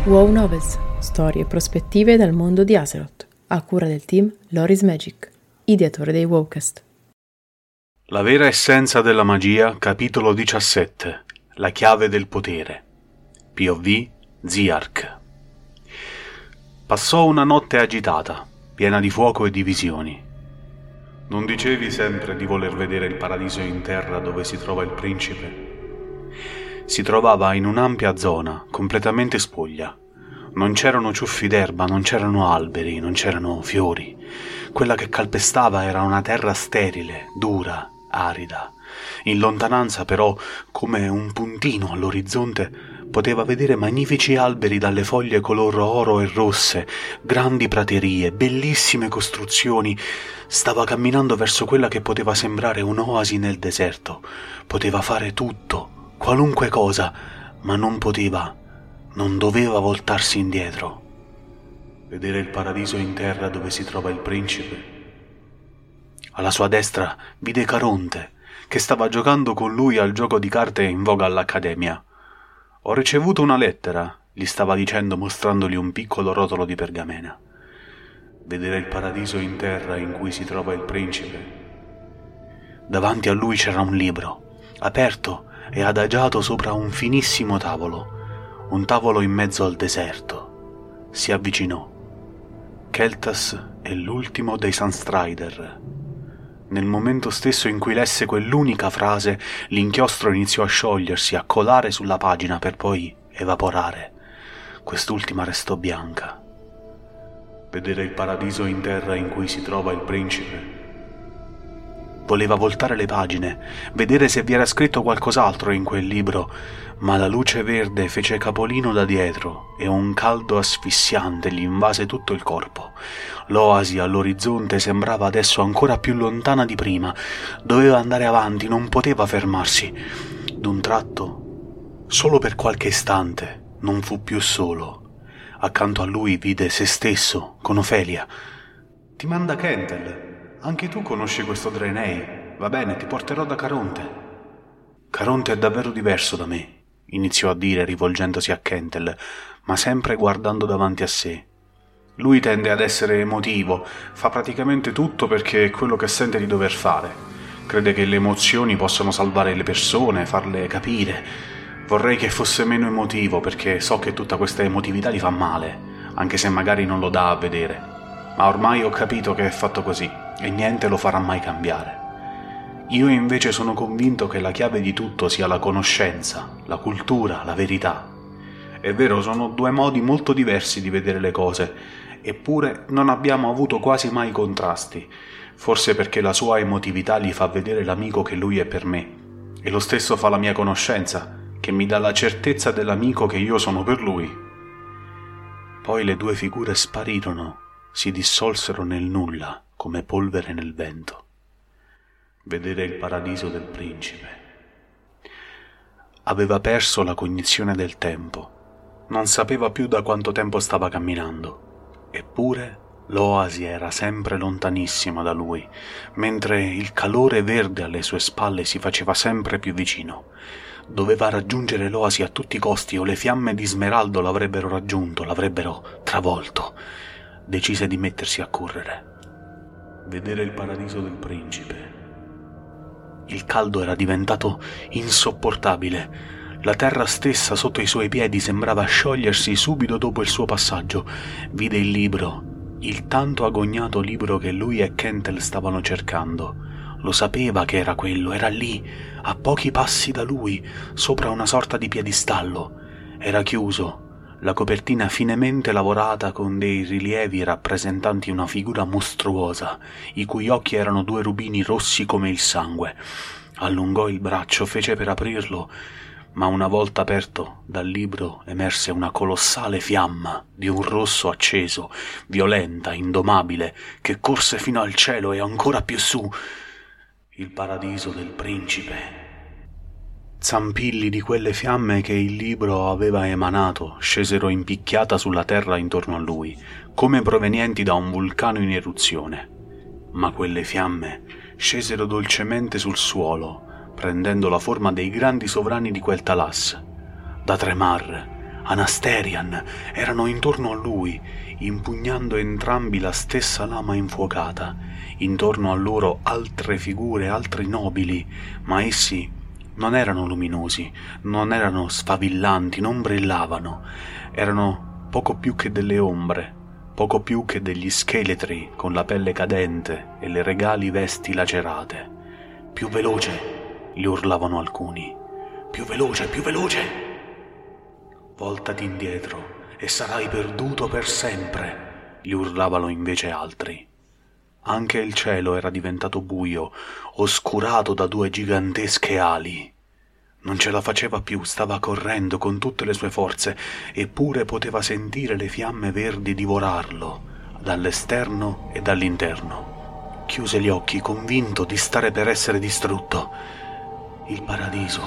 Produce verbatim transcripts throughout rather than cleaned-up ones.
WoW Novels, storie e prospettive dal mondo di Azeroth, a cura del team Loris Magic, ideatore dei WoWcast. La vera essenza della magia, capitolo diciassette. La chiave del potere. P O V Ziark. Passò una notte agitata, piena di fuoco e di visioni. Non dicevi sempre di voler vedere il paradiso in terra dove si trova il principe? Si trovava in un'ampia zona, completamente spoglia. Non c'erano ciuffi d'erba, non c'erano alberi, non c'erano fiori. Quella che calpestava era una terra sterile, dura, arida. In lontananza, però, come un puntino all'orizzonte, poteva vedere magnifici alberi dalle foglie color oro e rosse, grandi praterie, bellissime costruzioni. Stava camminando verso quella che poteva sembrare un'oasi nel deserto. Poteva fare tutto, qualunque cosa, ma non poteva, non doveva voltarsi indietro. Vedere il paradiso in terra dove si trova il principe. Alla sua destra vide Caronte, che stava giocando con lui al gioco di carte in voga all'Accademia. «Ho ricevuto una lettera», gli stava dicendo mostrandogli un piccolo rotolo di pergamena. Vedere il paradiso in terra in cui si trova il principe. Davanti a lui c'era un libro, aperto e adagiato sopra un finissimo tavolo, un tavolo in mezzo al deserto. Si avvicinò. Keltas è l'ultimo dei Sunstrider. Nel momento stesso in cui lesse quell'unica frase, l'inchiostro iniziò a sciogliersi, a colare sulla pagina per poi evaporare. Quest'ultima restò bianca. Vedere il paradiso in terra in cui si trova il principe. Voleva voltare le pagine, vedere se vi era scritto qualcos'altro in quel libro, ma la luce verde fece capolino da dietro e un caldo asfissiante gli invase tutto il corpo. L'oasi all'orizzonte sembrava adesso ancora più lontana di prima. Doveva andare avanti, non poteva fermarsi. D'un tratto, solo per qualche istante, non fu più solo. Accanto a lui vide se stesso, con Ofelia. «Ti manda Kentel. Anche tu conosci questo Draenei. Va bene, ti porterò da Caronte». «Caronte è davvero diverso da me», iniziò a dire rivolgendosi a Kentel, ma sempre guardando davanti a sé. «Lui tende ad essere emotivo, fa praticamente tutto perché è quello che sente di dover fare. Crede che le emozioni possano salvare le persone, farle capire. Vorrei che fosse meno emotivo perché so che tutta questa emotività gli fa male, anche se magari non lo dà a vedere. Ma ormai ho capito che è fatto così e niente lo farà mai cambiare. Io invece sono convinto che la chiave di tutto sia la conoscenza, la cultura, la verità. È vero, sono due modi molto diversi di vedere le cose, eppure non abbiamo avuto quasi mai contrasti, forse perché la sua emotività gli fa vedere l'amico che lui è per me, e lo stesso fa la mia conoscenza, che mi dà la certezza dell'amico che io sono per lui». Poi le due figure sparirono, si dissolsero nel nulla, come polvere nel vento. Vedere il paradiso del principe. Aveva perso la cognizione del tempo. Non sapeva più da quanto tempo stava camminando. Eppure l'oasi era sempre lontanissima da lui, mentre il calore verde alle sue spalle si faceva sempre più vicino. Doveva raggiungere l'oasi a tutti i costi o le fiamme di smeraldo l'avrebbero raggiunto, l'avrebbero travolto. Decise di mettersi a correre. Vedere il paradiso del principe. Il caldo era diventato insopportabile. La terra stessa sotto i suoi piedi sembrava sciogliersi subito dopo il suo passaggio. Vide il libro, il tanto agognato libro che lui e Kentel stavano cercando. Lo sapeva che era quello, era lì, a pochi passi da lui, sopra una sorta di piedistallo. Era chiuso. La copertina finemente lavorata con dei rilievi rappresentanti una figura mostruosa, i cui occhi erano due rubini rossi come il sangue. Allungò il braccio, fece per aprirlo, ma una volta aperto dal libro emerse una colossale fiamma di un rosso acceso, violenta, indomabile, che corse fino al cielo e ancora più su. Il paradiso del principe. Zampilli di quelle fiamme che il libro aveva emanato scesero in picchiata sulla terra intorno a lui, come provenienti da un vulcano in eruzione. Ma quelle fiamme scesero dolcemente sul suolo, prendendo la forma dei grandi sovrani di quel Talas. Da Tremar, Anasterian erano intorno a lui, impugnando entrambi la stessa lama infuocata. Intorno a loro altre figure, altri nobili, ma essi non erano luminosi, non erano sfavillanti, non brillavano. Erano poco più che delle ombre, poco più che degli scheletri con la pelle cadente e le regali vesti lacerate. «Più veloce!» gli urlavano alcuni. «Più veloce, più veloce!» «Voltati indietro e sarai perduto per sempre!» gli urlavano invece altri. Anche il cielo era diventato buio, oscurato da due gigantesche ali. Non ce la faceva più, stava correndo con tutte le sue forze, eppure poteva sentire le fiamme verdi divorarlo, dall'esterno e dall'interno. Chiuse gli occhi, convinto di stare per essere distrutto. Il paradiso.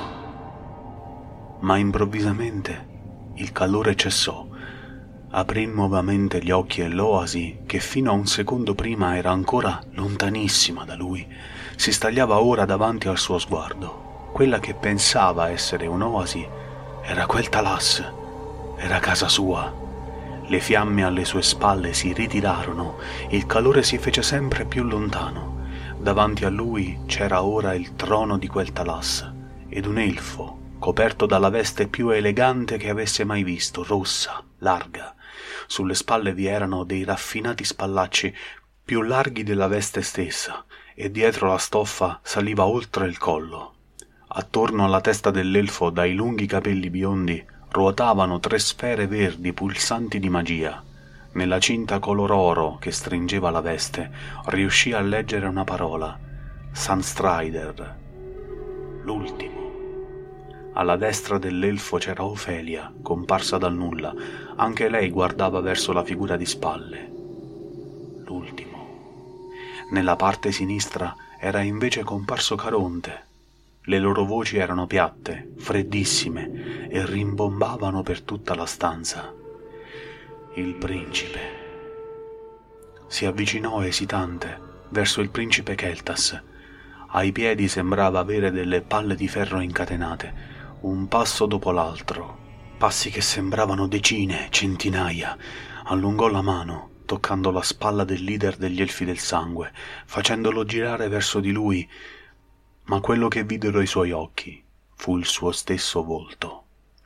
Ma improvvisamente il calore cessò. Aprì nuovamente gli occhi e l'oasi, che fino a un secondo prima era ancora lontanissima da lui, si stagliava ora davanti al suo sguardo. Quella che pensava essere un'oasi era quel Talas, era casa sua. Le fiamme alle sue spalle si ritirarono, il calore si fece sempre più lontano. Davanti a lui c'era ora il trono di quel Talas ed un elfo, coperto dalla veste più elegante che avesse mai visto, rossa, larga. Sulle spalle vi erano dei raffinati spallacci più larghi della veste stessa e dietro la stoffa saliva oltre il collo. Attorno alla testa dell'elfo, dai lunghi capelli biondi, ruotavano tre sfere verdi pulsanti di magia. Nella cinta color oro che stringeva la veste riuscì a leggere una parola: Sunstrider, l'ultimo. Alla destra dell'elfo c'era Ofelia, comparsa dal nulla. Anche lei guardava verso la figura di spalle. L'ultimo. Nella parte sinistra era invece comparso Caronte. Le loro voci erano piatte, freddissime, e rimbombavano per tutta la stanza. Il principe. Si avvicinò esitante verso il principe Keltas. Ai piedi sembrava avere delle palle di ferro incatenate, un passo dopo l'altro, passi che sembravano decine, centinaia. Allungò la mano, toccando la spalla del leader degli Elfi del Sangue, facendolo girare verso di lui, ma quello che videro i suoi occhi fu il suo stesso volto.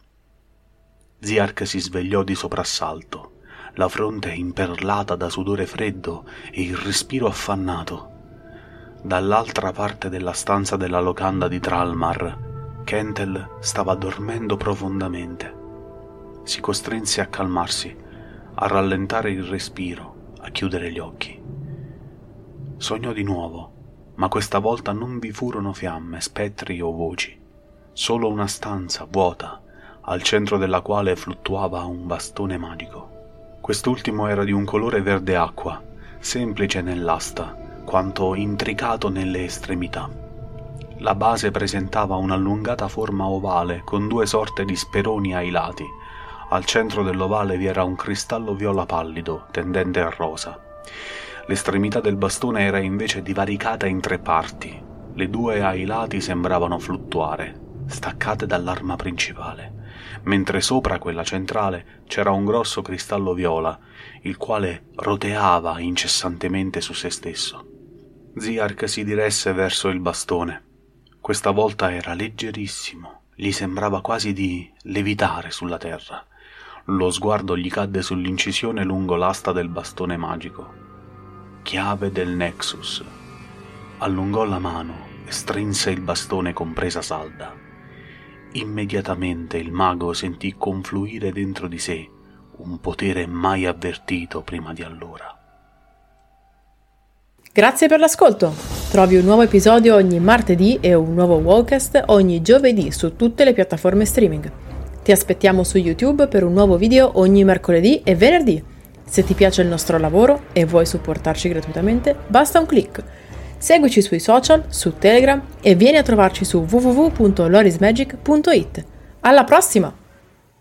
Ziark si svegliò di soprassalto, la fronte imperlata da sudore freddo e il respiro affannato. Dall'altra parte della stanza della locanda di Tralmar, Kentel stava dormendo profondamente. Si costrinse a calmarsi, a rallentare il respiro, a chiudere gli occhi. Sognò di nuovo, ma questa volta non vi furono fiamme, spettri o voci, solo una stanza vuota, al centro della quale fluttuava un bastone magico. Quest'ultimo era di un colore verde acqua, semplice nell'asta, quanto intricato nelle estremità. La base presentava un'allungata forma ovale con due sorte di speroni ai lati. Al centro dell'ovale vi era un cristallo viola pallido, tendente a rosa. L'estremità del bastone era invece divaricata in tre parti. Le due ai lati sembravano fluttuare, staccate dall'arma principale, mentre sopra quella centrale c'era un grosso cristallo viola, il quale roteava incessantemente su se stesso. Ziark si diresse verso il bastone. Questa volta era leggerissimo, gli sembrava quasi di levitare sulla terra. Lo sguardo gli cadde sull'incisione lungo l'asta del bastone magico. Chiave del Nexus. Allungò la mano e strinse il bastone con presa salda. Immediatamente il mago sentì confluire dentro di sé un potere mai avvertito prima di allora. Grazie per l'ascolto! Trovi un nuovo episodio ogni martedì e un nuovo Wowcast ogni giovedì su tutte le piattaforme streaming. Ti aspettiamo su YouTube per un nuovo video ogni mercoledì e venerdì. Se ti piace il nostro lavoro e vuoi supportarci gratuitamente, basta un click. Seguici sui social, su Telegram e vieni a trovarci su w w w punto lorismagic punto it. Alla prossima!